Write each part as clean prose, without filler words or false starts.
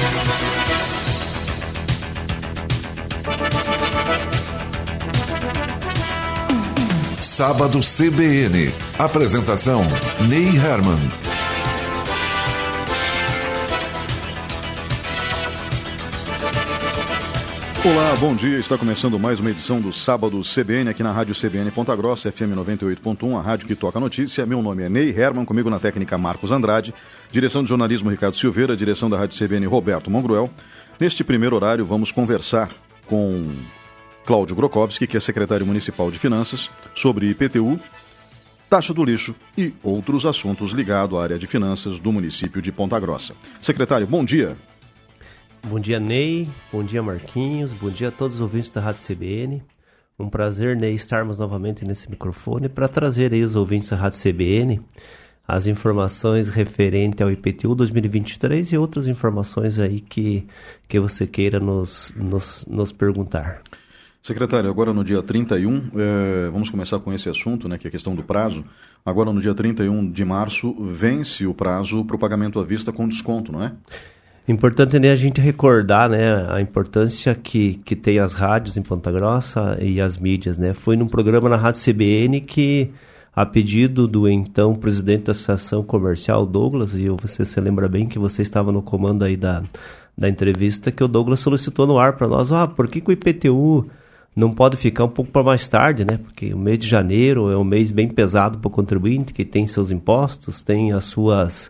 Sábado CBN. Apresentação: Ney Herman. Olá, bom dia. Está começando mais uma edição do Sábado CBN aqui na Rádio CBN Ponta Grossa, FM 98.1, a rádio que toca notícia. Meu nome é Ney Herman, comigo na técnica Marcos Andrade, direção de jornalismo Ricardo Silveira, direção da Rádio CBN Roberto Mongruel. Neste primeiro horário vamos conversar com Cláudio Grokowski, que é secretário municipal de Finanças, sobre IPTU, taxa do lixo e outros assuntos ligados à área de finanças do município de Ponta Grossa. Secretário, bom dia. Bom dia, Ney. Bom dia, Marquinhos. Bom dia a todos os ouvintes da Rádio CBN. Um prazer, Ney, estarmos novamente nesse microfone para trazer aí os ouvintes da Rádio CBN as informações referentes ao IPTU 2023 e outras informações aí que você queira nos perguntar. Secretário, agora no dia 31, vamos começar com esse assunto, né, que é a questão do prazo. Agora no dia 31 de março vence o prazo para o pagamento à vista com desconto, não é? Importante, né, a gente recordar, né, a importância que tem as rádios em Ponta Grossa e as mídias, né? Foi num programa na Rádio CBN que, a pedido do então presidente da Associação Comercial, Douglas, e você se lembra bem que você estava no comando aí da entrevista, que o Douglas solicitou no ar para nós, por que o IPTU não pode ficar um pouco para mais tarde, né? Porque o mês de janeiro é um mês bem pesado para o contribuinte, que tem seus impostos, tem as suas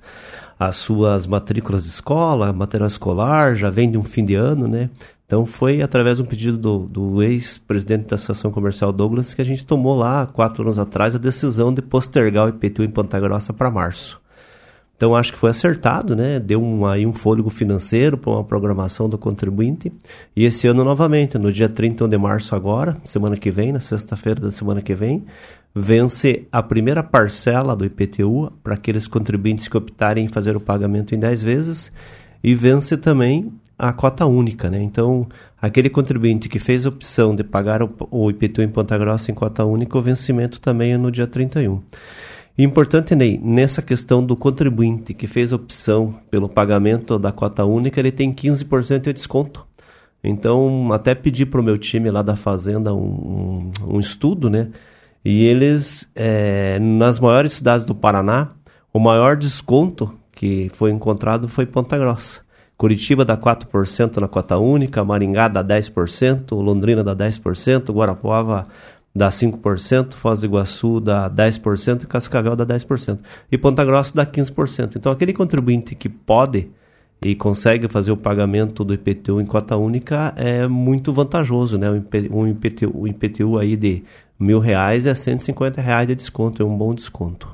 matrículas de escola, material escolar, já vem de um fim de ano, né? Então foi através de um pedido do ex-presidente da Associação Comercial Douglas que a gente tomou lá, 4 anos atrás, a decisão de postergar o IPTU em Ponta Grossa para março. Então acho que foi acertado, né? Deu aí um fôlego financeiro para uma programação do contribuinte. E esse ano novamente, no dia 31 de março agora, semana que vem, na sexta-feira da semana que vem, vence a primeira parcela do IPTU para aqueles contribuintes que optarem em fazer o pagamento em 10 vezes e vence também a cota única, né? Então, aquele contribuinte que fez a opção de pagar o IPTU em Ponta Grossa em cota única, o vencimento também é no dia 31. E importante, Ney, nessa questão do contribuinte que fez a opção pelo pagamento da cota única, ele tem 15% de desconto. Então, até pedi para o meu time lá da Fazenda um estudo, né? E eles, nas maiores cidades do Paraná, o maior desconto que foi encontrado foi Ponta Grossa. Curitiba dá 4% na cota única, Maringá dá 10%, Londrina dá 10%, Guarapuava dá 5%, Foz do Iguaçu dá 10% e Cascavel dá 10%. E Ponta Grossa dá 15%. Então, aquele contribuinte que pode e consegue fazer o pagamento do IPTU em cota única é muito vantajoso, né? O IPTU aí de R$1.000 é R$150 de desconto, é um bom desconto.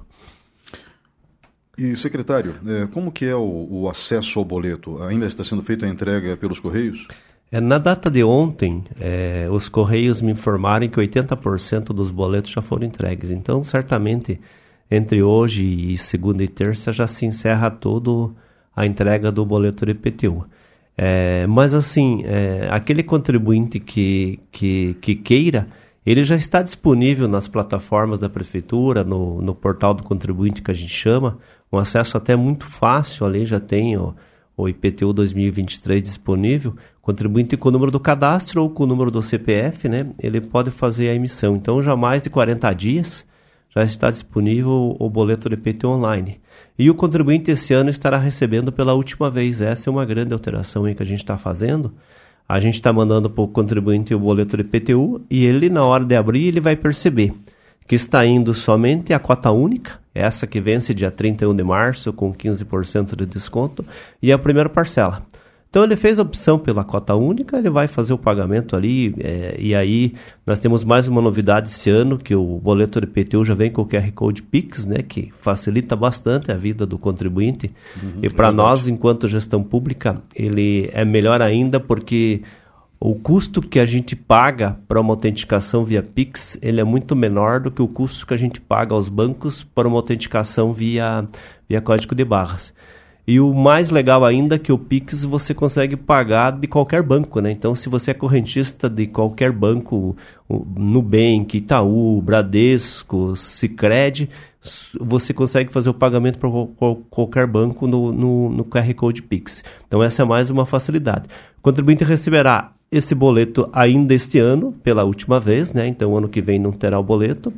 E, secretário, como que é o acesso ao boleto? Ainda está sendo feita a entrega pelos Correios? Na data de ontem, os Correios me informaram que 80% dos boletos já foram entregues. Então, certamente, entre hoje e segunda e terça já se encerra toda a entrega do boleto do IPTU. Mas, assim, aquele contribuinte que queira, ele já está disponível nas plataformas da Prefeitura, no portal do contribuinte que a gente chama, um acesso até muito fácil ali, já tem o IPTU 2023 disponível, contribuinte com o número do cadastro ou com o número do CPF, né, ele pode fazer a emissão. Então, já mais de 40 dias já está disponível o boleto do IPTU online. E o contribuinte esse ano estará recebendo pela última vez. Essa é uma grande alteração aí que a gente está fazendo. A gente está mandando para o contribuinte o boleto do IPTU e ele, na hora de abrir, ele vai perceber que está indo somente a cota única, essa que vence dia 31 de março com 15% de desconto, e a primeira parcela. Então ele fez a opção pela cota única, ele vai fazer o pagamento ali, e aí nós temos mais uma novidade esse ano, que o boleto do IPTU já vem com o QR Code Pix, né, que facilita bastante a vida do contribuinte, e para nós, enquanto gestão pública, ele é melhor ainda porque o custo que a gente paga para uma autenticação via Pix, ele é muito menor do que o custo que a gente paga aos bancos para uma autenticação via código de barras. E o mais legal ainda é que o Pix você consegue pagar de qualquer banco, né? Então, se você é correntista de qualquer banco, Nubank, Itaú, Bradesco, Sicredi, você consegue fazer o pagamento para qualquer banco no QR Code Pix. Então, essa é mais uma facilidade. O contribuinte receberá esse boleto ainda este ano, pela última vez, né? Então, ano que vem não terá o boleto.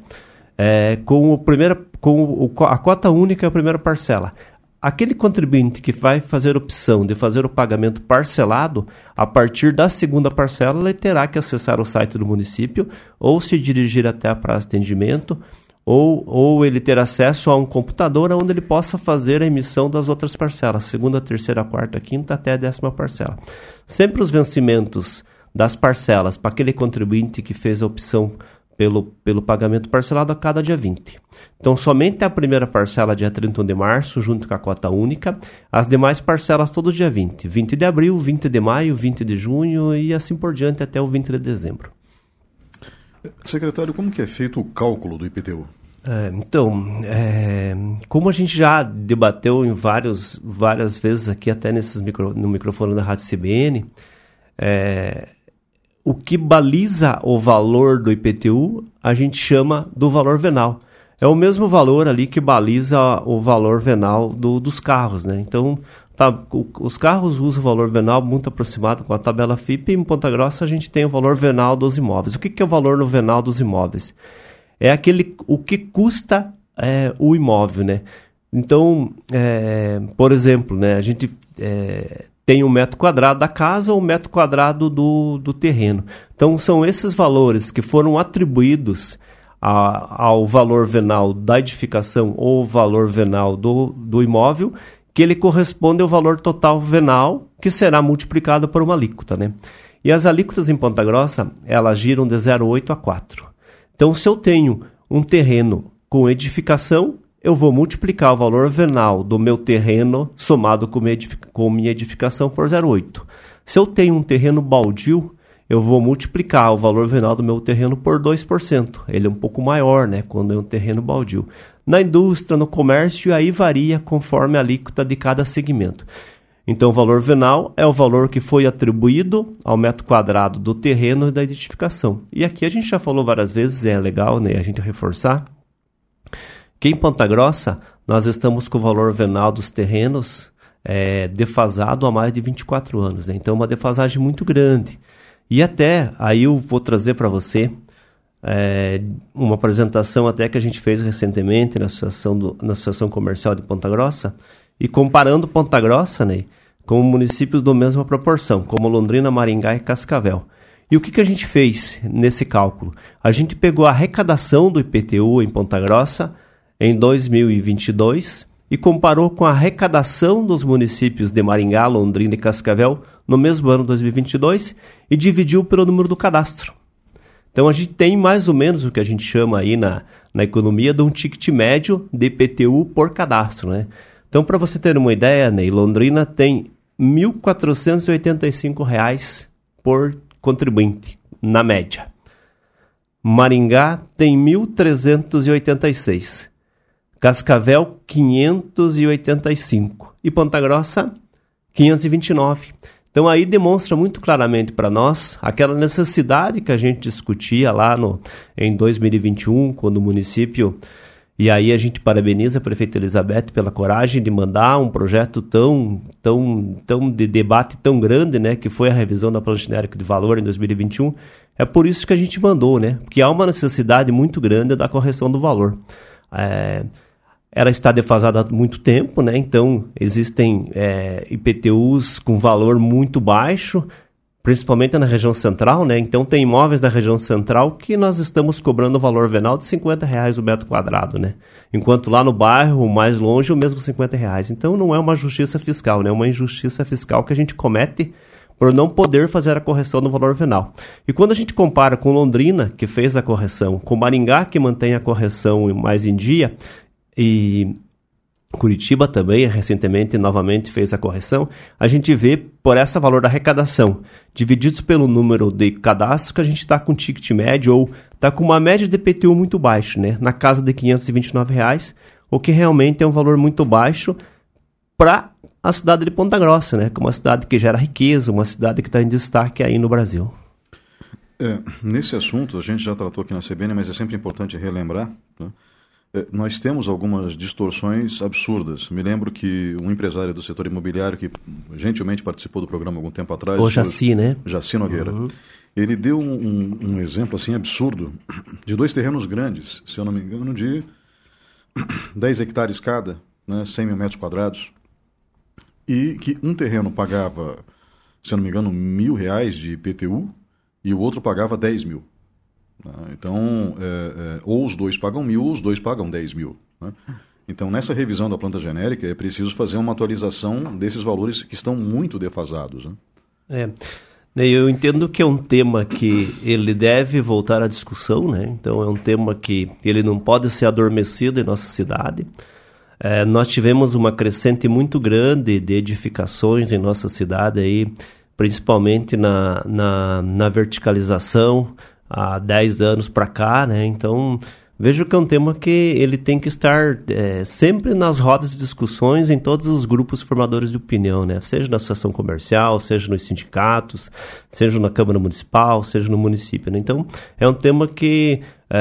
A cota única é a primeira parcela. Aquele contribuinte que vai fazer opção de fazer o pagamento parcelado, a partir da segunda parcela, ele terá que acessar o site do município ou se dirigir até a praça de atendimento, ou ele ter acesso a um computador onde ele possa fazer a emissão das outras parcelas, segunda, terceira, quarta, quinta até a 10ª parcela. Sempre os vencimentos das parcelas para aquele contribuinte que fez a opção pelo pagamento parcelado a cada dia 20. Então, somente a primeira parcela dia 31 de março, junto com a cota única, as demais parcelas todos dia 20. 20 de abril, 20 de maio, 20 de junho e assim por diante até o 20 de dezembro. Secretário, como que é feito o cálculo do IPTU? Como a gente já debateu em várias vezes aqui, até no microfone da Rádio CBN, o que baliza o valor do IPTU, a gente chama do valor venal. É o mesmo valor ali que baliza o valor venal dos carros, né? Então, os carros usam o valor venal muito aproximado com a tabela FIPE, e em Ponta Grossa a gente tem o valor venal dos imóveis. O que é o valor no venal dos imóveis? É o que custa o imóvel, né? Então, por exemplo, né, a gente tem um metro quadrado da casa ou um metro quadrado do terreno. Então, são esses valores que foram atribuídos ao valor venal da edificação ou valor venal do imóvel, que ele corresponde ao valor total venal, que será multiplicado por uma alíquota, né? E as alíquotas em Ponta Grossa, elas giram de 0,8 a 4. Então, se eu tenho um terreno com edificação, eu vou multiplicar o valor venal do meu terreno somado com minha edificação por 0,8. Se eu tenho um terreno baldio, eu vou multiplicar o valor venal do meu terreno por 2%. Ele é um pouco maior, né, quando é um terreno baldio. Na indústria, no comércio, aí varia conforme a alíquota de cada segmento. Então, o valor venal é o valor que foi atribuído ao metro quadrado do terreno e da edificação. E aqui a gente já falou várias vezes, é legal, né, a gente reforçar, que em Ponta Grossa nós estamos com o valor venal dos terrenos defasado há mais de 24 anos. Né? Então, é uma defasagem muito grande. E até, aí eu vou trazer para você uma apresentação até que a gente fez recentemente na Associação Comercial de Ponta Grossa, e comparando Ponta Grossa, né, com municípios da mesma proporção, como Londrina, Maringá e Cascavel. E o que a gente fez nesse cálculo? A gente pegou a arrecadação do IPTU em Ponta Grossa em 2022 e comparou com a arrecadação dos municípios de Maringá, Londrina e Cascavel no mesmo ano 2022 e dividiu pelo número do cadastro. Então a gente tem mais ou menos o que a gente chama aí na economia de um ticket médio de IPTU por cadastro, né? Então, para você ter uma ideia, Ney, Londrina tem R$ 1.485 por contribuinte, na média. Maringá tem 1.386. Cascavel, 585. E Ponta Grossa, 529. Então, aí demonstra muito claramente para nós aquela necessidade que a gente discutia lá em 2021, quando o município... E aí a gente parabeniza a prefeita Elizabeth pela coragem de mandar um projeto tão de debate tão grande, né, que foi a revisão da Plancha Genérica de Valor em 2021. É por isso que a gente mandou, né, porque há uma necessidade muito grande da correção do valor. Ela está defasada há muito tempo, né, então existem IPTUs com valor muito baixo, principalmente na região central, né? Então tem imóveis da região central que nós estamos cobrando o valor venal de R$50 o metro quadrado, né? Enquanto lá no bairro, mais longe, o mesmo R$50. Então não é uma justiça fiscal, né? É uma injustiça fiscal que a gente comete por não poder fazer a correção do valor venal. E quando a gente compara com Londrina, que fez a correção, com Maringá, que mantém a correção mais em dia, e Curitiba também recentemente novamente fez a correção, a gente vê por esse valor da arrecadação divididos pelo número de cadastros que a gente está com ticket médio ou está com uma média de IPTU muito baixa, né? Na casa de R$529, o que realmente é um valor muito baixo para a cidade de Ponta Grossa, né? Como uma cidade que gera riqueza, uma cidade que está em destaque aí no Brasil. Nesse assunto, a gente já tratou aqui na CBN, mas é sempre importante relembrar, né? Nós temos algumas distorções absurdas. Me lembro que um empresário do setor imobiliário que gentilmente participou do programa há algum tempo atrás... O Jaci, né? Jaci Nogueira. Ele deu um exemplo assim absurdo de 2 terrenos grandes, se eu não me engano, de 10 hectares cada, né, 100 mil metros quadrados, e que um terreno pagava, se eu não me engano, R$1.000 de IPTU e o outro pagava 10 mil. Então, ou os dois pagam 1.000 ou os dois pagam 10 mil. Né? Então, nessa revisão da planta genérica, é preciso fazer uma atualização desses valores que estão muito defasados. Né? Eu entendo que é um tema que ele deve voltar à discussão, né? Então, é um tema que ele não pode ser adormecido em nossa cidade. Nós tivemos uma crescente muito grande de edificações em nossa cidade, aí, principalmente na verticalização, há 10 anos para cá, né? Então, vejo que é um tema que ele tem que estar sempre nas rodas de discussões em todos os grupos formadores de opinião, né? Seja na associação comercial, seja nos sindicatos, seja na Câmara Municipal, seja no município, né? Então, é um tema que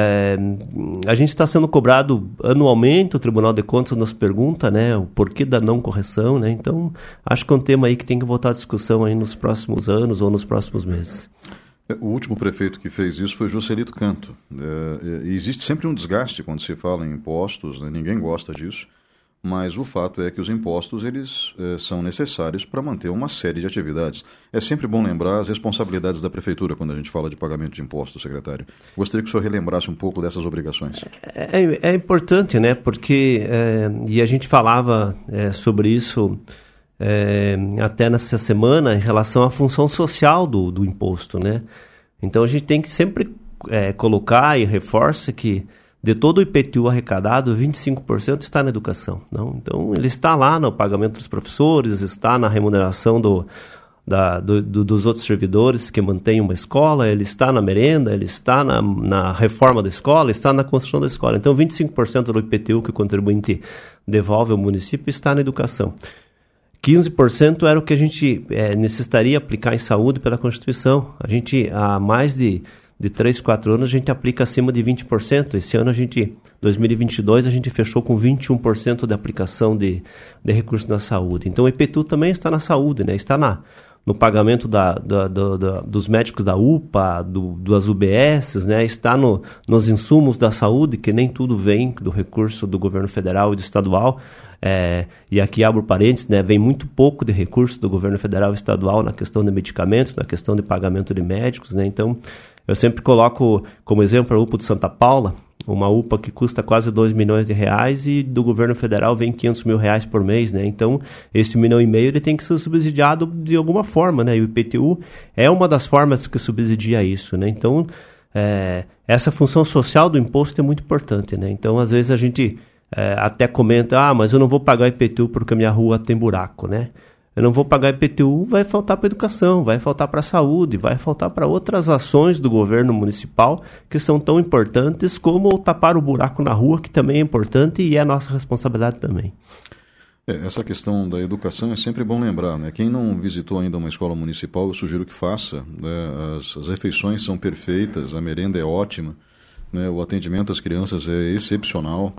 a gente está sendo cobrado anualmente, o Tribunal de Contas nos pergunta, né, o porquê da não correção, né? Então, acho que é um tema aí que tem que voltar à discussão aí nos próximos anos ou nos próximos meses. O último prefeito que fez isso foi Juscelito Canto. Existe sempre um desgaste quando se fala em impostos, né? Ninguém gosta disso, mas o fato é que os impostos eles são necessários para manter uma série de atividades. É sempre bom lembrar as responsabilidades da prefeitura quando a gente fala de pagamento de impostos, secretário. Gostaria que o senhor relembrasse um pouco dessas obrigações. É importante, né? Porque, e a gente falava sobre isso até nessa semana em relação à função social do imposto, né? Então a gente tem que sempre colocar e reforça que de todo o IPTU arrecadado, 25% está na educação. Não? Então ele está lá no pagamento dos professores, está na remuneração dos outros servidores que mantêm uma escola, ele está na merenda, ele está na reforma da escola, está na construção da escola. Então 25% do IPTU que o contribuinte devolve ao município está na educação. 15% era o que a gente necessitaria aplicar em saúde pela Constituição. A gente, há mais de 3, 4 anos, a gente aplica acima de 20%. Esse ano, 2022, a gente fechou com 21% de aplicação de recursos na saúde. Então, o IPTU também está na saúde, né? Está no pagamento dos médicos da UPA, das UBS, né? Está nos insumos da saúde, que nem tudo vem do recurso do governo federal e do estadual. E aqui abro parênteses, né, vem muito pouco de recurso do governo federal e estadual na questão de medicamentos, na questão de pagamento de médicos, né? Então, eu sempre coloco como exemplo a UPA de Santa Paula, uma UPA que custa quase R$2 milhões e do governo federal vem R$500 mil por mês, né? Então, esse 1,5 milhão ele tem que ser subsidiado de alguma forma, né? E o IPTU é uma das formas que subsidia isso, né? Então, essa função social do imposto é muito importante, né? Então, às vezes a gente até comenta, mas eu não vou pagar IPTU porque a minha rua tem buraco, né? Eu não vou pagar IPTU, vai faltar para a educação, vai faltar para a saúde, vai faltar para outras ações do governo municipal que são tão importantes como tapar o buraco na rua, que também é importante e é nossa responsabilidade também. Essa questão da educação é sempre bom lembrar, né? Quem não visitou ainda uma escola municipal, eu sugiro que faça, né? As refeições são perfeitas, a merenda é ótima, né? O atendimento às crianças é excepcional.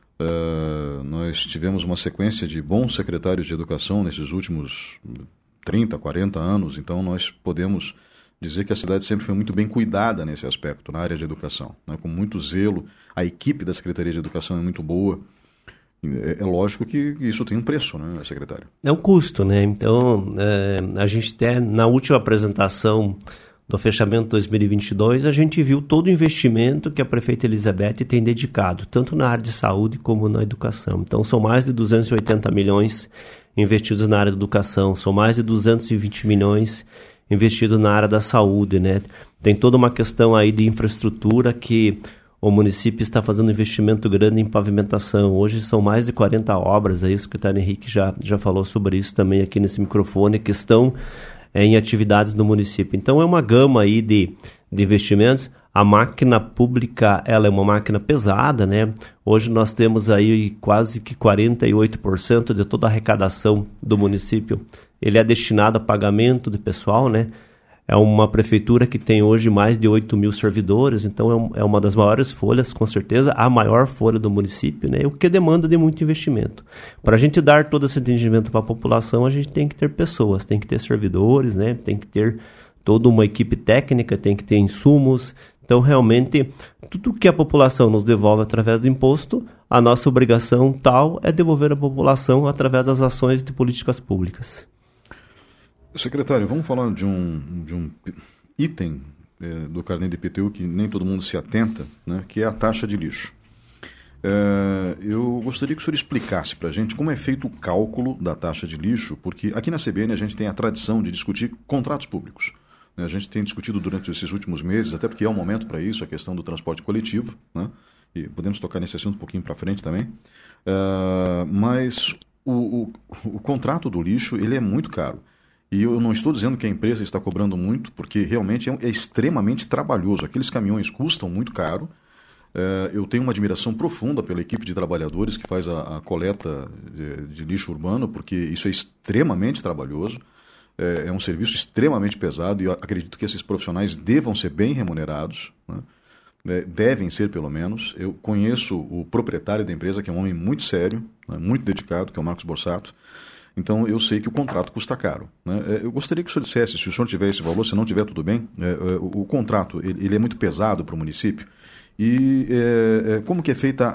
Nós tivemos uma sequência de bons secretários de educação nesses últimos 30, 40 anos, então nós podemos dizer que a cidade sempre foi muito bem cuidada nesse aspecto, na área de educação, né? Com muito zelo. A equipe da Secretaria de Educação é muito boa. É lógico que isso tem um preço, né, secretário? É um custo, né? Então, a gente até na última apresentação do fechamento de 2022, a gente viu todo o investimento que a prefeita Elizabeth tem dedicado, tanto na área de saúde como na educação. Então, são mais de 280 milhões investidos na área da educação, são mais de 220 milhões investidos na área da saúde, né? Tem toda uma questão aí de infraestrutura que o município está fazendo um investimento grande em pavimentação. Hoje são mais de 40 obras, aí o secretário Henrique já falou sobre isso também aqui nesse microfone, que estão em atividades no município. Então é uma gama aí de investimentos. A máquina pública, ela é uma máquina pesada, né? Hoje nós temos aí quase que 48% de toda a arrecadação do município. Ele é destinado a pagamento de pessoal, né? É uma prefeitura que tem hoje mais de 8 mil servidores, então é uma das maiores folhas, com certeza, a maior folha do município, né? O que demanda de muito investimento. Para a gente dar todo esse atendimento para a população, a gente tem que ter pessoas, tem que ter servidores, né? Tem que ter toda uma equipe técnica, tem que ter insumos. Então, realmente, tudo que a população nos devolve através do imposto, a nossa obrigação tal é devolver à população através das ações de políticas públicas. Secretário, vamos falar de um item do carnê de IPTU que nem todo mundo se atenta, né, que é a taxa de lixo. Eu gostaria que o senhor explicasse para a gente como é feito o cálculo da taxa de lixo, porque aqui na CBN a gente tem a tradição de discutir contratos públicos. A gente tem discutido durante esses últimos meses, até porque é um momento para isso, a questão do transporte coletivo, né? E podemos tocar nesse assunto um pouquinho para frente também. Mas o contrato do lixo, ele é muito caro. E eu não estou dizendo que a empresa está cobrando muito, porque realmente é extremamente trabalhoso. Aqueles caminhões custam muito caro. Eu tenho uma admiração profunda pela equipe de trabalhadores que faz a coleta de lixo urbano, porque isso é extremamente trabalhoso. É um serviço extremamente pesado e eu acredito que esses profissionais devam ser bem remunerados, né? Devem ser pelo menos. Eu conheço o proprietário da empresa, que é um homem muito sério, né? Muito dedicado, que é o Marcos Borsato. Então eu sei que o contrato custa caro, né? Eu gostaria que o senhor dissesse, se o senhor tiver esse valor, se não tiver tudo bem, o contrato ele é muito pesado para o município e como que é feita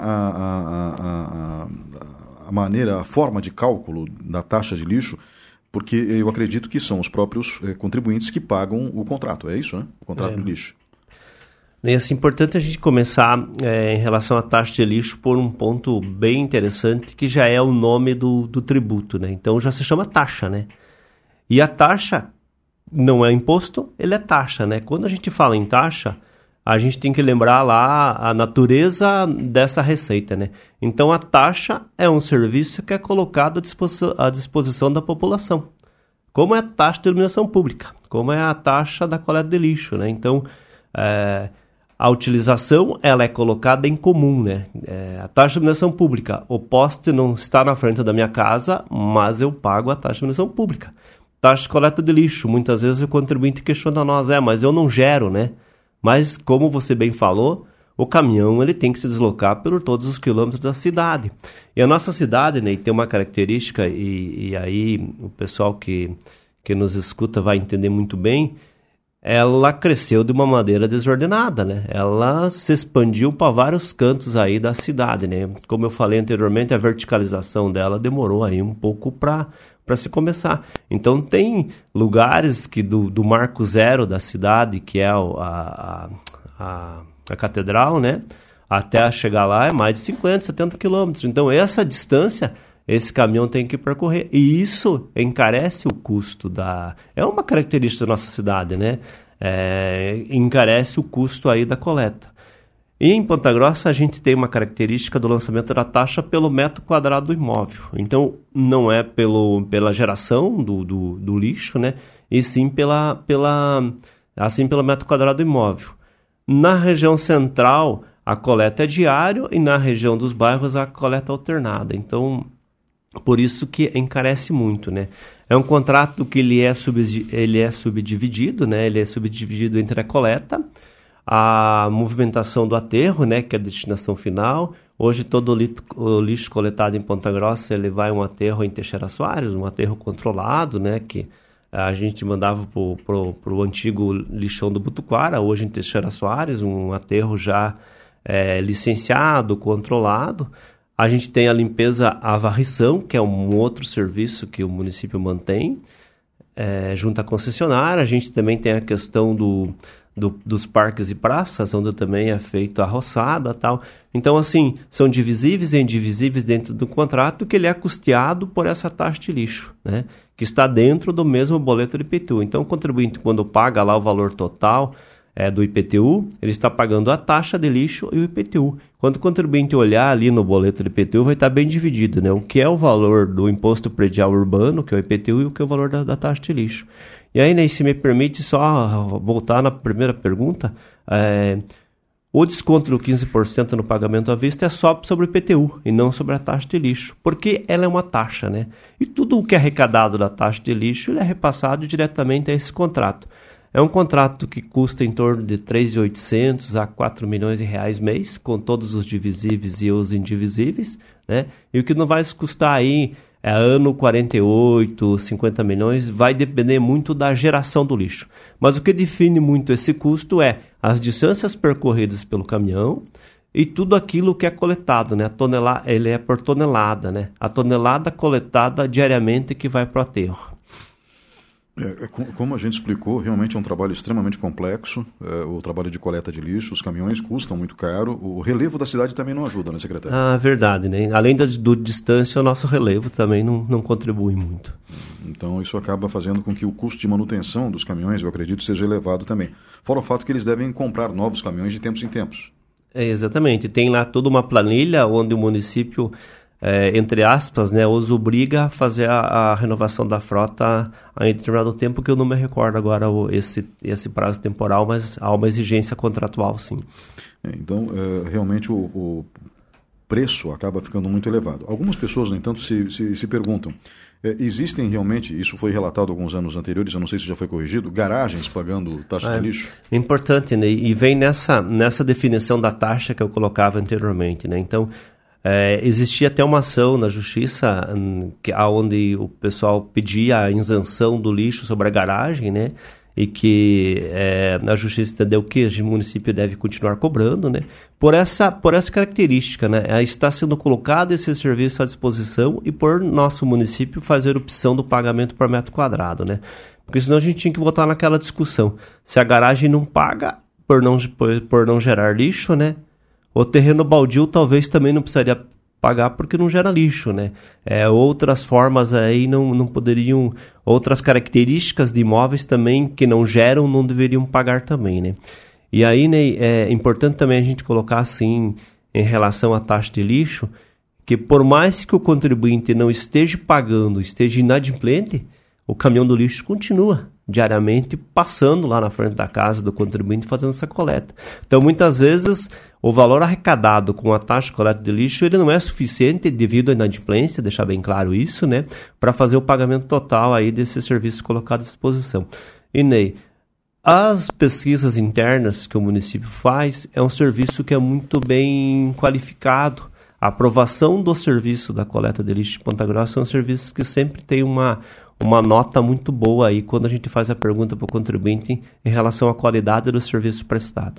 a maneira, a forma de cálculo da taxa de lixo, porque eu acredito que são os próprios contribuintes que pagam o contrato, é isso, né? O contrato do lixo. É assim, importante a gente começar em relação à taxa de lixo por um ponto bem interessante, que já é o nome do tributo, né? Então já se chama taxa, né? E a taxa não é imposto, ele é taxa, né? Quando a gente fala em taxa, a gente tem que lembrar lá a natureza dessa receita, né? Então, a taxa é um serviço que é colocado à disposição da população. Como é a taxa de iluminação pública, como é a taxa da coleta de lixo, né? Então, a utilização, ela é colocada em comum, né? A taxa de iluminação pública, o poste não está na frente da minha casa, mas eu pago a taxa de iluminação pública. Taxa de coleta de lixo, muitas vezes o contribuinte questiona nós, mas eu não gero, né? Mas, como você bem falou, o caminhão ele tem que se deslocar por todos os quilômetros da cidade. E a nossa cidade, né, tem uma característica, e aí o pessoal que nos escuta vai entender muito bem, ela cresceu de uma maneira desordenada, né? Ela se expandiu para vários cantos aí da cidade, né? Como eu falei anteriormente, a verticalização dela demorou aí um pouco para se começar. Então tem lugares que do marco zero da cidade, que é a catedral, né? Até chegar lá é mais de 50, 70 quilômetros. Então essa distância, esse caminhão tem que percorrer. E isso encarece o custo é uma característica da nossa cidade, né? Encarece o custo aí da coleta. E em Ponta Grossa a gente tem uma característica do lançamento da taxa pelo metro quadrado do imóvel. Então não é pela geração do lixo, né? E sim pelo metro quadrado do imóvel. Na região central a coleta é diária e na região dos bairros a coleta é alternada. Então por isso que encarece muito, né? É um contrato que ele é subdividido, né? Ele é subdividido entre a coleta, a movimentação do aterro, né, que é a destinação final. Hoje todo o lixo coletado em Ponta Grossa ele vai a um aterro em Teixeira Soares, um aterro controlado, né, que a gente mandava pro antigo lixão do Butuquara, hoje em Teixeira Soares, um aterro já licenciado, controlado. A gente tem a limpeza, a varrição, que é um outro serviço que o município mantém, junto à concessionária. A gente também tem a questão dos parques e praças, onde também é feito a roçada e tal. Então, assim, são divisíveis e indivisíveis dentro do contrato que ele é custeado por essa taxa de lixo, né? Que está dentro do mesmo boleto de IPTU. Então, o contribuinte, quando paga lá o valor total, do IPTU, ele está pagando a taxa de lixo e o IPTU. Quando o contribuinte olhar ali no boleto do IPTU, vai estar bem dividido, né? O que é o valor do imposto predial urbano, que é o IPTU, e o que é o valor da taxa de lixo. E aí, né, se me permite só voltar na primeira pergunta, o desconto de 15% no pagamento à vista é só sobre o IPTU e não sobre a taxa de lixo, porque ela é uma taxa, né? E tudo o que é arrecadado da taxa de lixo ele é repassado diretamente a esse contrato. É um contrato que custa em torno de R$ 3.800 a R$ 4 milhões mês, com todos os divisíveis e os indivisíveis, né? E o que não vai custar aí ano 48, 50 milhões, vai depender muito da geração do lixo. Mas o que define muito esse custo é as distâncias percorridas pelo caminhão e tudo aquilo que é coletado, né? Ele é por tonelada, né? A tonelada coletada diariamente que vai para o aterro. Como a gente explicou, realmente é um trabalho extremamente complexo, o trabalho de coleta de lixo, os caminhões custam muito caro, o relevo da cidade também não ajuda, né, secretário? verdade, né? Além do distância, o nosso relevo também não contribui muito. Então isso acaba fazendo com que o custo de manutenção dos caminhões, eu acredito, seja elevado também. Fora o fato que eles devem comprar novos caminhões de tempos em tempos. Exatamente, tem lá toda uma planilha onde o município... entre aspas, né, os obriga a fazer a renovação da frota em determinado tempo, que eu não me recordo agora esse prazo temporal, mas há uma exigência contratual, sim. Então, realmente o preço acaba ficando muito elevado. Algumas pessoas, no entanto, se perguntam, existem realmente, isso foi relatado alguns anos anteriores, eu não sei se já foi corrigido, garagens pagando taxa de lixo? É importante, né, e vem nessa definição da taxa que eu colocava anteriormente, né, então... existia até uma ação na justiça onde o pessoal pedia a isenção do lixo sobre a garagem, né? E que a justiça entendeu que o município deve continuar cobrando, né? Por essa característica, né? Está sendo colocado esse serviço à disposição e por nosso município fazer opção do pagamento por metro quadrado, né? Porque senão a gente tinha que voltar naquela discussão. Se a garagem não paga por não gerar lixo, né? O terreno baldio talvez também não precisaria pagar porque não gera lixo, né? Outras formas aí não poderiam... Outras características de imóveis também que não geram não deveriam pagar também, né? E aí, né, é importante também a gente colocar assim, em relação à taxa de lixo, que por mais que o contribuinte não esteja pagando, esteja inadimplente, o caminhão do lixo continua diariamente passando lá na frente da casa do contribuinte fazendo essa coleta. Então, muitas vezes, o valor arrecadado com a taxa de coleta de lixo ele não é suficiente devido à inadimplência, deixar bem claro isso, né, para fazer o pagamento total aí desse serviço colocado à disposição. E, Ney, as pesquisas internas que o município faz é um serviço que é muito bem qualificado. A aprovação do serviço da coleta de lixo de Ponta Grossa é um serviço que sempre tem uma nota muito boa aí quando a gente faz a pergunta para o contribuinte em relação à qualidade do serviço prestado.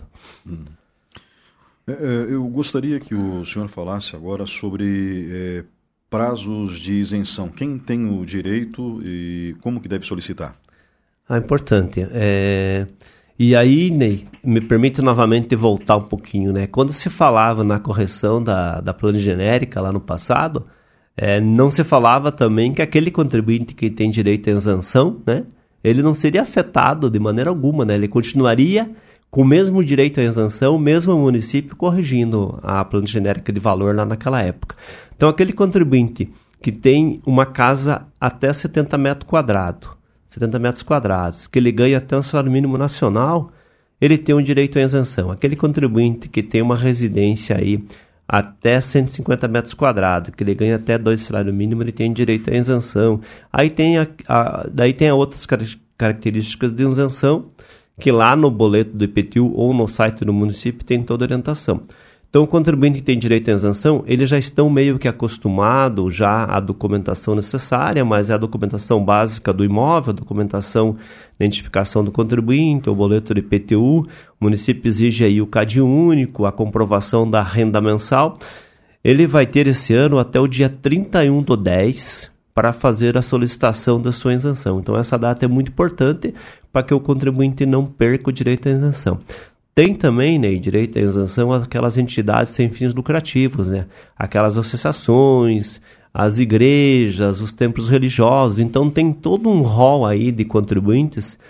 Eu gostaria que o senhor falasse agora sobre prazos de isenção. Quem tem o direito e como que deve solicitar? Importante. E aí, Ney, me permite novamente voltar um pouquinho, né? Quando se falava na correção da planilha genérica lá no passado, não se falava também que aquele contribuinte que tem direito à isenção, né, ele não seria afetado de maneira alguma, né, ele continuaria com o mesmo direito à isenção, mesmo o município corrigindo a planilha genérica de valor lá naquela época. Então, aquele contribuinte que tem uma casa até 70 metros quadrados, que ele ganha até um salário mínimo nacional, ele tem um direito à isenção. Aquele contribuinte que tem uma residência aí até 150 metros quadrados, que ele ganha até 2 salários mínimos, ele tem direito à isenção. Aí tem daí tem outras características de isenção, que lá no boleto do IPTU ou no site do município tem toda a orientação. Então, o contribuinte que tem direito à isenção, eles já estão meio que acostumados já à documentação necessária, mas é a documentação básica do imóvel, a documentação de identificação do contribuinte, o boleto do IPTU, o município exige aí o CAD único, a comprovação da renda mensal. Ele vai ter esse ano até o dia 31/10 para fazer a solicitação da sua isenção. Então, essa data é muito importante para que o contribuinte não perca o direito à isenção. Tem também, né, direito à isenção aquelas entidades sem fins lucrativos, né? Aquelas associações, as igrejas, os templos religiosos. Então tem todo um rol aí de contribuintes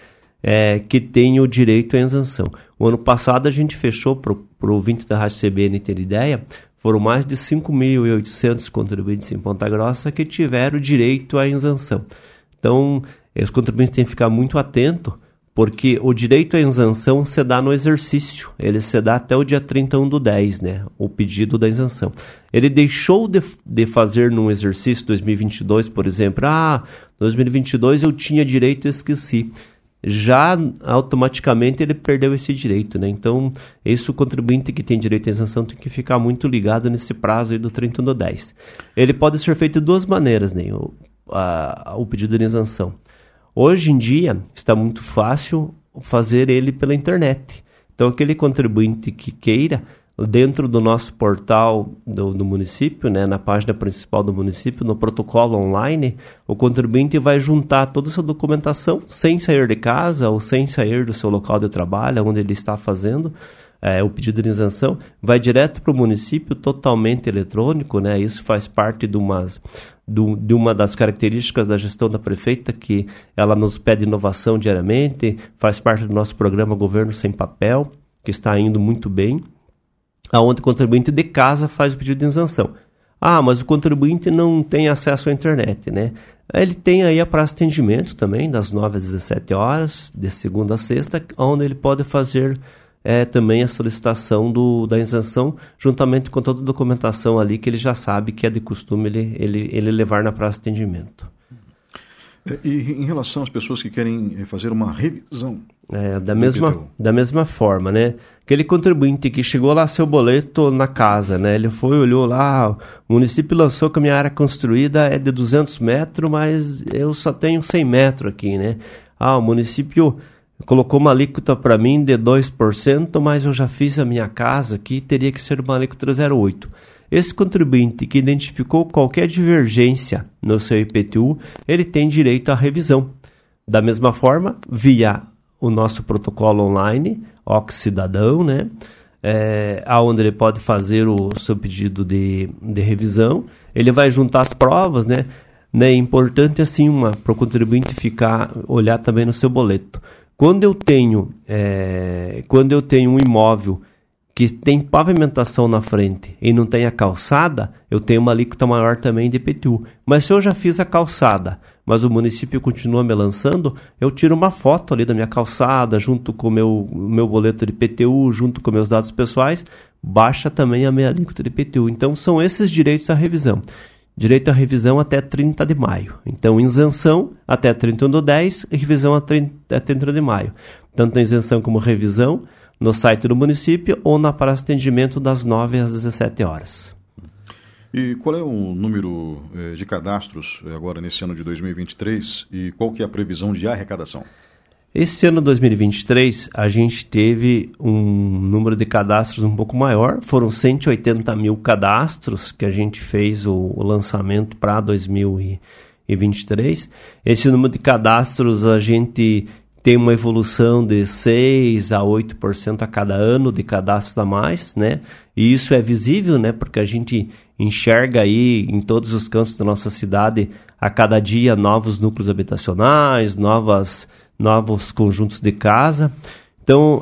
que tem o direito à isenção. O ano passado a gente fechou, para o ouvinte da Rádio CBN ter ideia, foram mais de 5.800 contribuintes em Ponta Grossa que tiveram direito à isenção. Então, os contribuintes têm que ficar muito atentos, porque o direito à isenção se dá no exercício. Ele se dá até o dia 31/10, né? O pedido da isenção. Ele deixou de fazer num exercício 2022, por exemplo. 2022 eu tinha direito e esqueci. Já automaticamente ele perdeu esse direito, né? Então, esse contribuinte que tem direito à isenção tem que ficar muito ligado nesse prazo aí do 31/10. Ele pode ser feito de duas maneiras, né? O pedido de isenção. Hoje em dia, está muito fácil fazer ele pela internet. Então, aquele contribuinte que queira, dentro do nosso portal do município, né, na página principal do município, no protocolo online, o contribuinte vai juntar toda essa documentação sem sair de casa ou sem sair do seu local de trabalho, onde ele está fazendo o pedido de isenção, vai direto para o município, totalmente eletrônico, né? Isso faz parte de uma das características da gestão da prefeita, que ela nos pede inovação diariamente, faz parte do nosso programa Governo Sem Papel, que está indo muito bem, onde o contribuinte de casa faz o pedido de isenção. Mas o contribuinte não tem acesso à internet, né? Ele tem aí a praça de atendimento também, das 9 às 17 horas, de segunda a sexta, onde ele pode fazer também a solicitação da isenção, juntamente com toda a documentação ali que ele já sabe que é de costume ele levar na praça de atendimento. E em relação às pessoas que querem fazer uma revisão? Da mesma forma, né? Aquele contribuinte que chegou lá seu boleto na casa, né? Ele foi, olhou lá, o município lançou que a minha área construída é de 200 metros, mas eu só tenho 100 metros aqui, né? O município colocou uma alíquota para mim de 2%, mas eu já fiz a minha casa aqui, teria que ser uma alíquota 0,8%. Esse contribuinte que identificou qualquer divergência no seu IPTU, ele tem direito à revisão. Da mesma forma, via o nosso protocolo online, Cidadão, né? Onde ele pode fazer o seu pedido de revisão. Ele vai juntar as provas, né? É importante assim para o contribuinte olhar também no seu boleto. Quando eu tenho um imóvel que tem pavimentação na frente e não tem a calçada, eu tenho uma alíquota maior também de IPTU. Mas se eu já fiz a calçada, mas o município continua me lançando, eu tiro uma foto ali da minha calçada, junto com o meu boleto de IPTU, junto com meus dados pessoais, baixa também a minha alíquota de IPTU. Então, são esses direitos à revisão. Direito à revisão até 30 de maio. Então, isenção até 31/10 e revisão até 30 de maio. Tanto a isenção como revisão no site do município ou na praça de atendimento das 9 às 17 horas. E qual é o número de cadastros agora nesse ano de 2023 e qual que é a previsão de arrecadação? Esse ano 2023, a gente teve um número de cadastros um pouco maior. Foram 180 mil cadastros que a gente fez o lançamento para 2023. Esse número de cadastros, a gente tem uma evolução de 6% a 8% a cada ano de cadastros a mais, né? E isso é visível, né? Porque a gente enxerga aí em todos os cantos da nossa cidade, a cada dia, novos núcleos habitacionais, novos conjuntos de casa. Então,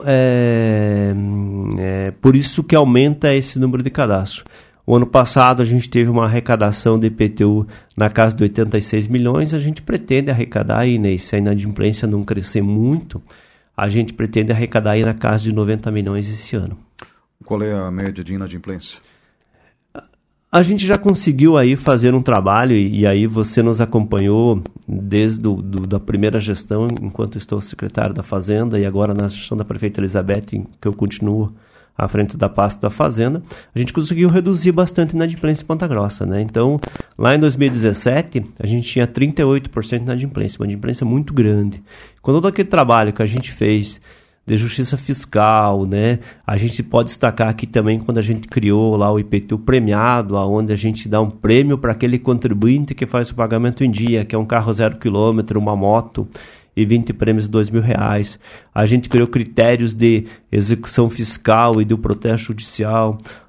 por isso que aumenta esse número de cadastros. O ano passado a gente teve uma arrecadação de IPTU na casa de 86 milhões. A gente pretende arrecadar aí, né, se a inadimplência não crescer muito, a gente pretende arrecadar aí na casa de 90 milhões esse ano. Qual é a média de inadimplência? A gente já conseguiu aí fazer um trabalho, e aí você nos acompanhou desde da primeira gestão, enquanto estou secretário da Fazenda, e agora na gestão da prefeita Elizabeth, que eu continuo à frente da pasta da Fazenda. A gente conseguiu reduzir bastante a inadimplência em Ponta Grossa, né? Então, lá em 2017, a gente tinha 38% de inadimplência, uma inadimplência muito grande. Com todo aquele trabalho que a gente fez de justiça fiscal, né? A gente pode destacar aqui também quando a gente criou lá o IPTU premiado, onde a gente dá um prêmio para aquele contribuinte que faz o pagamento em dia, que é um carro 0 km, uma moto, e 20 prêmios de R$2.000. A gente criou critérios de execução fiscal e do protesto judicial.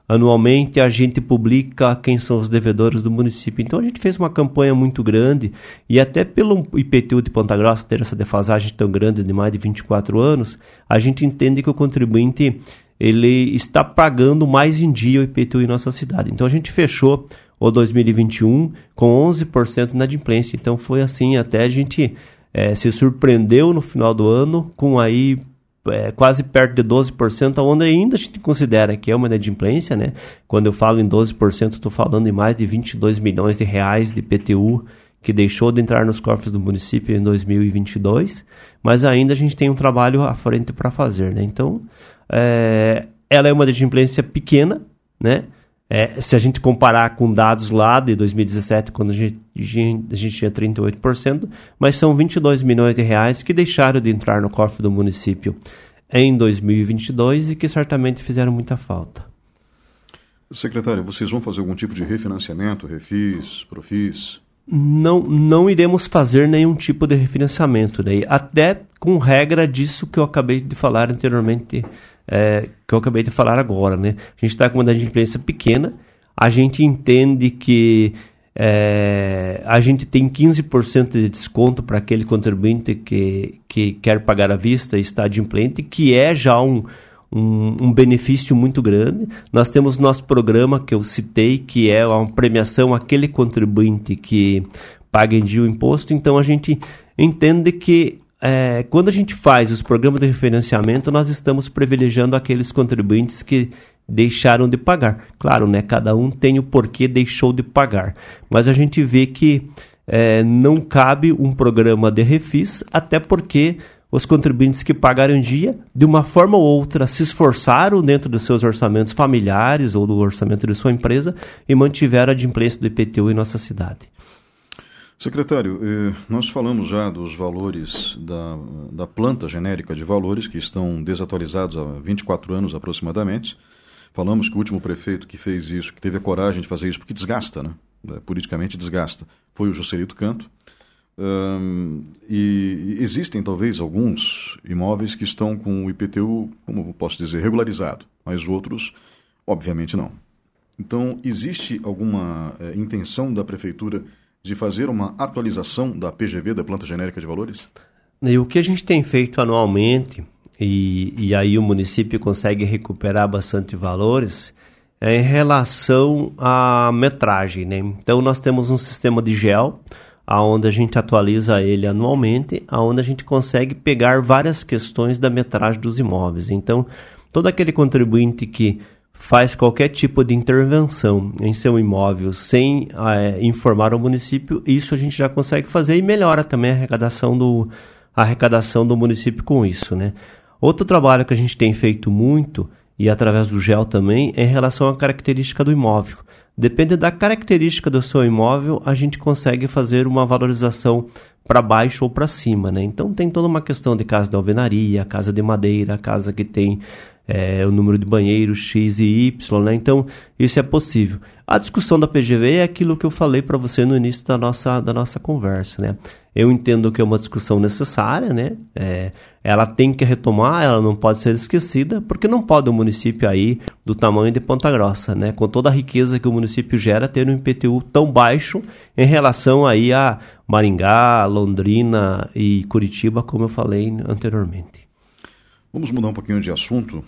anualmente a gente publica quem são os devedores do município. Então a gente fez uma campanha muito grande e até pelo IPTU de Ponta Grossa ter essa defasagem tão grande de mais de 24 anos, a gente entende que o contribuinte ele está pagando mais em dia o IPTU em nossa cidade. Então a gente fechou o 2021 com 11% de inadimplência. Então foi assim, até a gente se surpreendeu no final do ano com aí quase perto de 12%, onde ainda a gente considera que é uma inadimplência, né? Quando eu falo em 12%, estou falando em mais de 22 milhões de reais de IPTU que deixou de entrar nos cofres do município em 2022, mas ainda a gente tem um trabalho à frente para fazer, né? Então, ela é uma inadimplência pequena, né? Se a gente comparar com dados lá de 2017, quando a gente tinha 38%, mas são 22 milhões de reais que deixaram de entrar no cofre do município em 2022 e que certamente fizeram muita falta. Secretário, vocês vão fazer algum tipo de refinanciamento, refis, profis? Não iremos fazer nenhum tipo de refinanciamento, né? Até com regra disso que eu acabei de falar anteriormente, que eu acabei de falar agora, né? A gente está com uma inadimplência pequena, a gente entende que a gente tem 15% de desconto para aquele contribuinte que quer pagar à vista e está adimplente, que é já um benefício muito grande. Nós temos nosso programa que eu citei, que é uma premiação àquele contribuinte que paga em dia o imposto. Então a gente entende que quando a gente faz os programas de refinanciamento, nós estamos privilegiando aqueles contribuintes que deixaram de pagar. Claro, né? Cada um tem o porquê deixou de pagar. Mas a gente vê que não cabe um programa de refis, até porque os contribuintes que pagaram em dia, de uma forma ou outra, se esforçaram dentro dos seus orçamentos familiares ou do orçamento de sua empresa e mantiveram a adimplência do IPTU em nossa cidade. Secretário, nós falamos já dos valores da planta genérica de valores que estão desatualizados há 24 anos aproximadamente. Falamos que o último prefeito que fez isso, que teve a coragem de fazer isso, porque desgasta, né? Politicamente desgasta, foi o Juscelito Canto. E existem talvez alguns imóveis que estão com o IPTU, como posso dizer, regularizado, mas outros, obviamente, não. Então, existe alguma intenção da Prefeitura de fazer uma atualização da PGV, da Planta Genérica de Valores? E o que a gente tem feito anualmente, e aí o município consegue recuperar bastante valores, é em relação à metragem, né? Então, nós temos um sistema de GEL, onde a gente atualiza ele anualmente, onde a gente consegue pegar várias questões da metragem dos imóveis. Então, todo aquele contribuinte que faz qualquer tipo de intervenção em seu imóvel sem informar ao município, isso a gente já consegue fazer e melhora também a arrecadação do município com isso, né? Outro trabalho que a gente tem feito muito, e através do GEL também, é em relação à característica do imóvel. Depende da característica do seu imóvel, a gente consegue fazer uma valorização para baixo ou para cima, né? Então tem toda uma questão de casa de alvenaria, casa de madeira, casa que tem o número de banheiros X e Y, né? Então isso é possível. A discussão da PGV é aquilo que eu falei para você no início da nossa conversa, né? Eu entendo que é uma discussão necessária, né? Ela tem que retomar, ela não pode ser esquecida, porque não pode um município aí do tamanho de Ponta Grossa, né? Com toda a riqueza que o município gera, ter um IPTU tão baixo em relação aí a Maringá, Londrina e Curitiba, como eu falei anteriormente. Vamos mudar um pouquinho de assunto.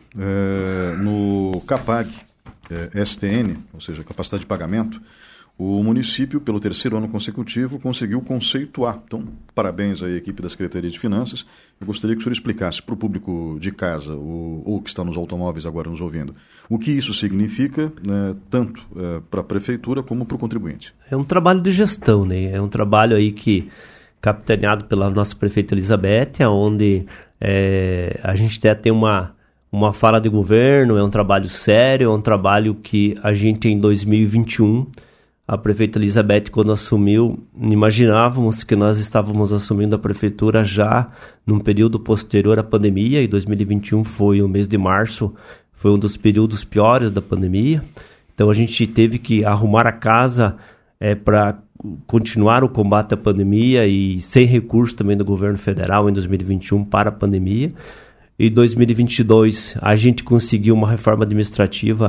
No CAPAG, STN, ou seja, capacidade de pagamento, o município, pelo 3º ano consecutivo, conseguiu conceituar. Então, parabéns à equipe da Secretaria de Finanças. Eu gostaria que o senhor explicasse para o público de casa, ou que está nos automóveis agora nos ouvindo, o que isso significa, tanto para a Prefeitura como para o contribuinte. É um trabalho de gestão, né? É um trabalho aí capitaneado pela nossa prefeita Elizabeth, onde a gente até tem uma fala de governo, é um trabalho sério, é um trabalho que a gente em 2021... A prefeita Elizabeth, quando assumiu, imaginávamos que nós estávamos assumindo a prefeitura já num período posterior à pandemia, e 2021 foi o mês de março, foi um dos períodos piores da pandemia. Então a gente teve que arrumar a casa para continuar o combate à pandemia e sem recurso também do governo federal em 2021 para a pandemia. Em 2022 a gente conseguiu uma reforma administrativa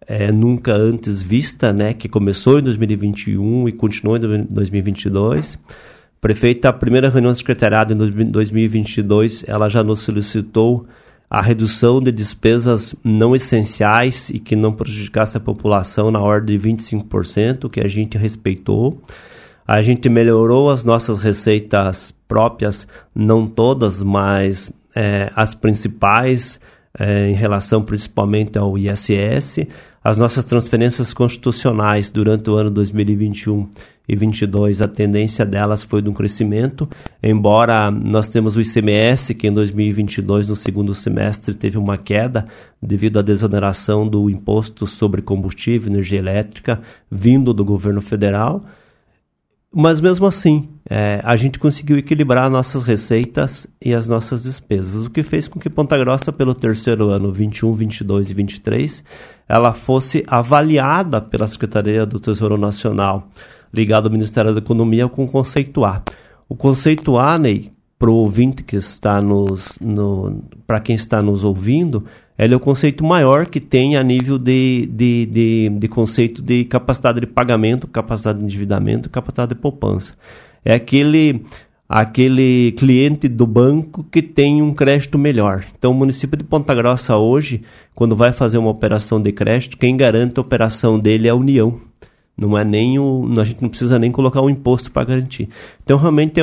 nunca antes vista, né, que começou em 2021 e continuou em 2022. Prefeita, a primeira reunião do secretariado em 2022, ela já nos solicitou a redução de despesas não essenciais e que não prejudicasse a população na ordem de 25%, que a gente respeitou. A gente melhorou as nossas receitas próprias, não todas, mas as principais, em relação principalmente ao ISS. As nossas transferências constitucionais durante o ano 2021 e 2022, a tendência delas foi de um crescimento, embora nós temos o ICMS, que em 2022, no segundo semestre, teve uma queda devido à desoneração do imposto sobre combustível e energia elétrica vindo do governo federal. Mas mesmo assim, a gente conseguiu equilibrar nossas receitas e as nossas despesas, o que fez com que Ponta Grossa, pelo terceiro ano, 21, 22 e 23, ela fosse avaliada pela Secretaria do Tesouro Nacional, ligado ao Ministério da Economia, com o conceito A. O conceito A, Ney, para o ouvinte que está para quem está nos ouvindo, ele é o conceito maior que tem a nível de conceito de capacidade de pagamento, capacidade de endividamento, capacidade de poupança. É aquele cliente do banco que tem um crédito melhor. Então, o município de Ponta Grossa hoje, quando vai fazer uma operação de crédito, quem garante a operação dele é a União. Não é nem a gente não precisa nem colocar um imposto para garantir. Então, realmente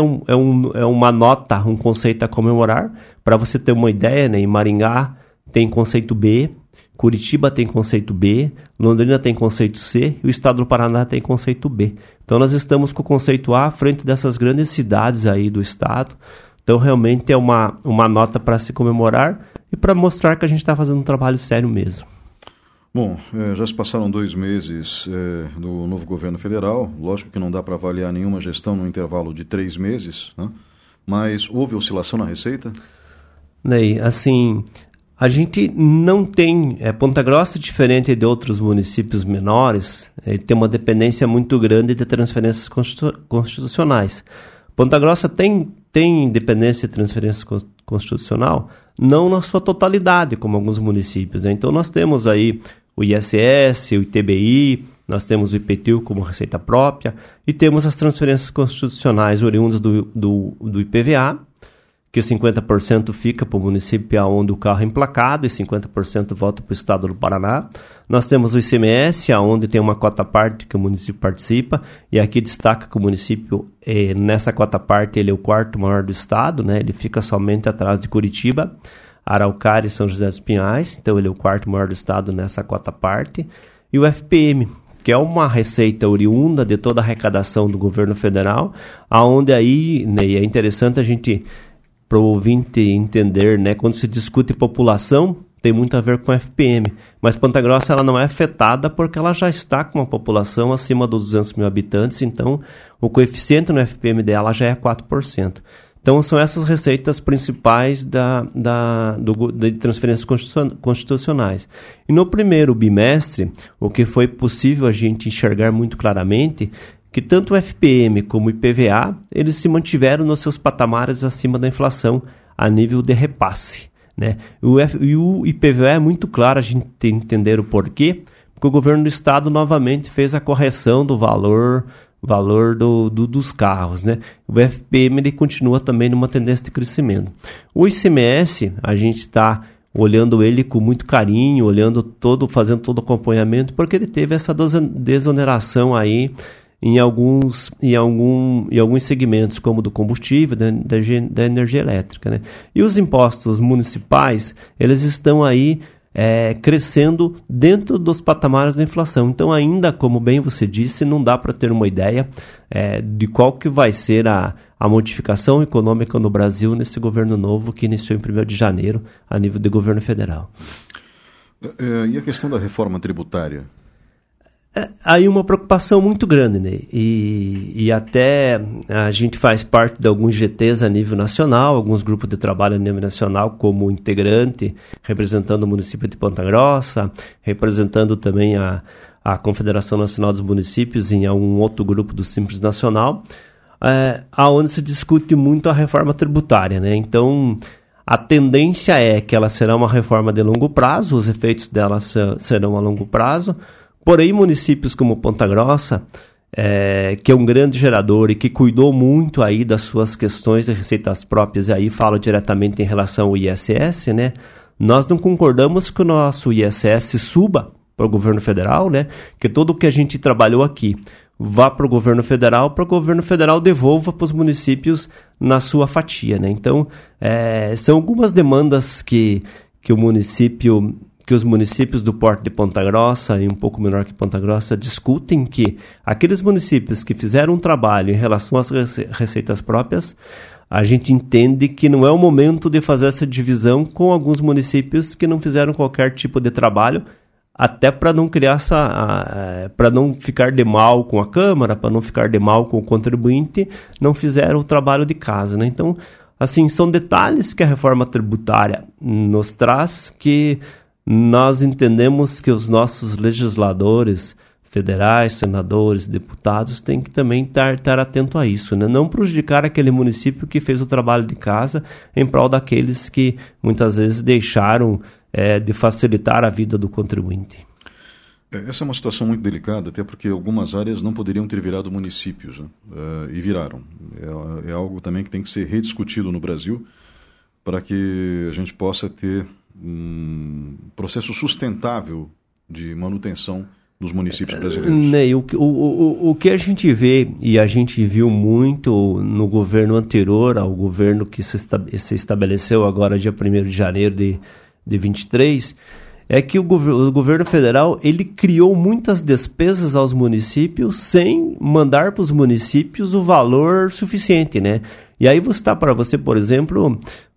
é uma nota, um conceito a comemorar. Para você ter uma ideia, né, em Maringá tem conceito B, Curitiba tem conceito B, Londrina tem conceito C e o estado do Paraná tem conceito B. Então nós estamos com o conceito A à frente dessas grandes cidades aí do estado. Então realmente é uma nota para se comemorar e para mostrar que a gente está fazendo um trabalho sério mesmo. Bom, já se passaram 2 meses do novo governo federal. Lógico que não dá para avaliar nenhuma gestão no intervalo de 3 meses, né? Mas houve oscilação na receita? Ney, assim, a gente não tem... Ponta Grossa, diferente de outros municípios menores, tem uma dependência muito grande de transferências constitucionais. Ponta Grossa tem dependência de transferência constitucional, não na sua totalidade, como alguns municípios, né? Então nós temos aí o ISS, o ITBI, nós temos o IPTU como receita própria e temos as transferências constitucionais oriundas do IPVA, que 50% fica para o município onde o carro é emplacado e 50% volta para o estado do Paraná. Nós temos o ICMS, onde tem uma cota parte que o município participa, e aqui destaca que o município, nessa cota parte, ele é o 4º maior do estado, né? Ele fica somente atrás de Curitiba, Araucária e São José dos Pinhais, então ele é o 4º maior do estado nessa cota parte. E o FPM, que é uma receita oriunda de toda a arrecadação do governo federal, onde aí, né, é interessante a gente... para o ouvinte entender, né? Quando se discute população, tem muito a ver com FPM. Mas Ponta Grossa ela não é afetada porque ela já está com uma população acima dos 200 mil habitantes, então o coeficiente no FPM dela já é 4%. Então são essas receitas principais de transferências constitucionais. E no primeiro bimestre, o que foi possível a gente enxergar muito claramente que tanto o FPM como o IPVA, eles se mantiveram nos seus patamares acima da inflação a nível de repasse, né? E o IPVA é muito claro a gente entender o porquê, porque o governo do estado novamente fez a correção do valor dos carros, né? O FPM ele continua também numa tendência de crescimento. O ICMS, a gente está olhando ele com muito carinho, fazendo todo o acompanhamento, porque ele teve essa desoneração aí em alguns segmentos, como do combustível, da energia elétrica, né? E os impostos municipais, eles estão aí crescendo dentro dos patamares da inflação. Então, ainda, como bem você disse, não dá para ter uma ideia de qual que vai ser a modificação econômica no Brasil nesse governo novo que iniciou em 1º de janeiro, a nível de governo federal. E a questão da reforma tributária? Aí uma preocupação muito grande, né? E até a gente faz parte de alguns GTs a nível nacional, alguns grupos de trabalho a nível nacional como integrante, representando o município de Ponta Grossa, representando também a Confederação Nacional dos Municípios em algum outro grupo do Simples Nacional, aonde se discute muito a reforma tributária, né? Então, A tendência é que ela será uma reforma de longo prazo, os efeitos dela serão a longo prazo, porém municípios como Ponta Grossa, que é um grande gerador e que cuidou muito aí das suas questões de receitas próprias, e aí falo diretamente em relação ao ISS, né? Nós não concordamos que o nosso ISS suba para o governo federal, né? Que todo o que a gente trabalhou aqui vá para o governo federal devolva para os municípios na sua fatia, né? Então, são algumas demandas que os municípios do Porto de Ponta Grossa e um pouco menor que Ponta Grossa discutem, que aqueles municípios que fizeram um trabalho em relação às receitas próprias, a gente entende que não é o momento de fazer essa divisão com alguns municípios que não fizeram qualquer tipo de trabalho, até para não criar para não ficar de mal com a Câmara, para não ficar de mal com o contribuinte, não fizeram o trabalho de casa, né? Então, assim, são detalhes que a reforma tributária nos traz, que nós entendemos que os nossos legisladores federais, senadores, deputados têm que também estar atento a isso, né? Não prejudicar aquele município que fez o trabalho de casa em prol daqueles que muitas vezes deixaram de facilitar a vida do contribuinte. Essa é uma situação muito delicada, até porque algumas áreas não poderiam ter virado municípios, né? E viraram. É algo também que tem que ser rediscutido no Brasil para que a gente possa ter um processo sustentável de manutenção dos municípios brasileiros. Ney, o que a gente vê, e a gente viu muito no governo anterior ao governo que se estabeleceu agora dia 1º de janeiro de 23, é que o governo federal ele criou muitas despesas aos municípios sem mandar para os municípios o valor suficiente, né? E aí vou citar para você, por exemplo,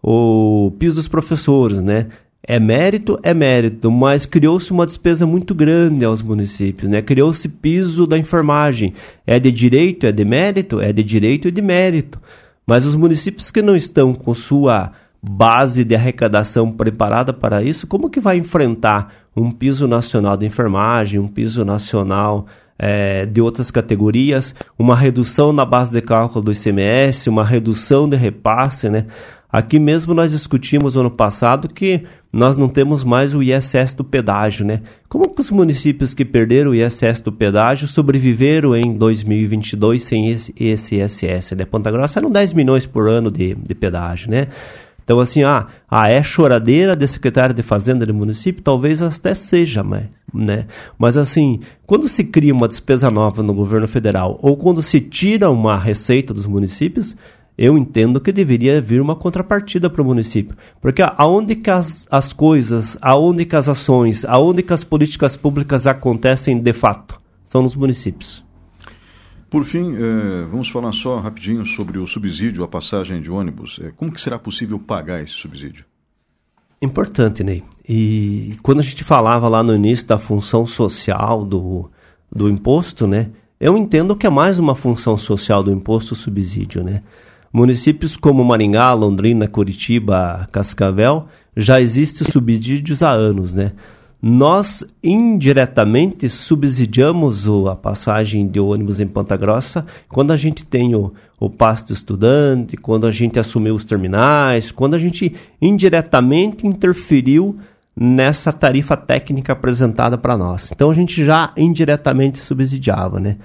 o piso dos professores, né? É mérito, mas criou-se uma despesa muito grande aos municípios, né? Criou-se piso da enfermagem. É de direito, é de mérito? É de direito e de mérito. Mas os municípios que não estão com sua base de arrecadação preparada para isso, como que vai enfrentar um piso nacional de enfermagem, um piso nacional de outras categorias, uma redução na base de cálculo do ICMS, uma redução de repasse, né? Aqui mesmo nós discutimos ano passado que nós não temos mais o ISS do pedágio, né? Como que os municípios que perderam o ISS do pedágio sobreviveram em 2022 sem esse ISS, né? Ponta Grossa eram 10 milhões por ano de pedágio, né? Então, assim, é choradeira de secretário de Fazenda do município? Talvez até seja, né? Mas, assim, quando se cria uma despesa nova no governo federal ou quando se tira uma receita dos municípios, eu entendo que deveria vir uma contrapartida para o município. Porque aonde que as coisas, aonde que as ações, aonde que as políticas públicas acontecem de fato? São nos municípios. Por fim, vamos falar só rapidinho sobre o subsídio à passagem de ônibus. Como que será possível pagar esse subsídio? Importante, Ney. E quando a gente falava lá no início da função social do imposto, né? Eu entendo que é mais uma função social do imposto subsídio, né? Municípios como Maringá, Londrina, Curitiba, Cascavel, já existem subsídios há anos, né? Nós, indiretamente, subsidiamos a passagem de ônibus em Ponta Grossa quando a gente tem o passe do estudante, quando a gente assumiu os terminais, quando a gente indiretamente interferiu nessa tarifa técnica apresentada para nós. Então, a gente já indiretamente subsidiava, né?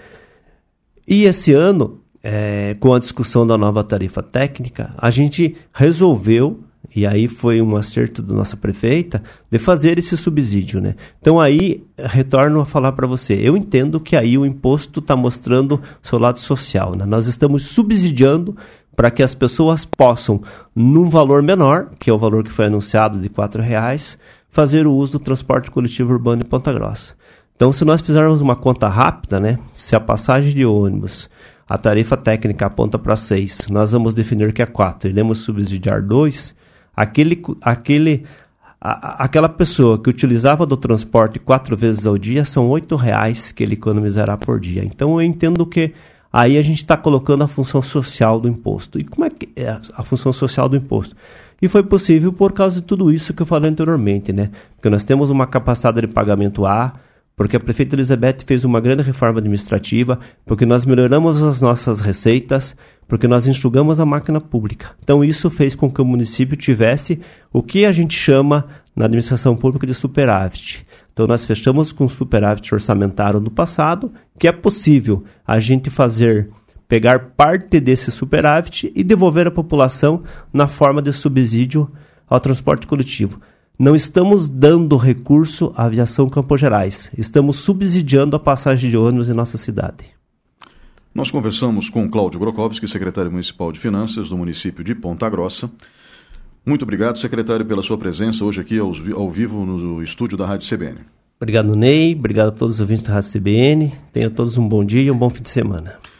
E esse ano, com a discussão da nova tarifa técnica, a gente resolveu, e aí foi um acerto da nossa prefeita, de fazer esse subsídio, né? Então aí, retorno a falar para você, eu entendo que aí o imposto está mostrando o seu lado social, né? Nós estamos subsidiando para que as pessoas possam, num valor menor, que é o valor que foi anunciado de R$4, fazer o uso do transporte coletivo urbano em Ponta Grossa. Então, se nós fizermos uma conta rápida, né? Se a passagem de ônibus, a tarifa técnica aponta para 6, nós vamos definir que é 4, iremos subsidiar 2, aquela pessoa que utilizava do transporte 4 vezes ao dia, são R$8 que ele economizará por dia. Então, eu entendo que aí a gente está colocando a função social do imposto. E como é que é a função social do imposto? E foi possível por causa de tudo isso que eu falei anteriormente, né? Porque nós temos uma capacidade de pagamento A, porque a prefeita Elizabeth fez uma grande reforma administrativa, porque nós melhoramos as nossas receitas, porque nós enxugamos a máquina pública. Então isso fez com que o município tivesse o que a gente chama na administração pública de superávit. Então nós fechamos com superávit orçamentário do passado, que é possível a gente pegar parte desse superávit e devolver à população na forma de subsídio ao transporte coletivo. Não estamos dando recurso à aviação Campos Gerais, estamos subsidiando a passagem de ônibus em nossa cidade. Nós conversamos com Cláudio Grokowski, secretário municipal de Finanças do município de Ponta Grossa. Muito obrigado, secretário, pela sua presença hoje aqui ao vivo no estúdio da Rádio CBN. Obrigado, Ney. Obrigado a todos os ouvintes da Rádio CBN. Tenham todos um bom dia e um bom fim de semana.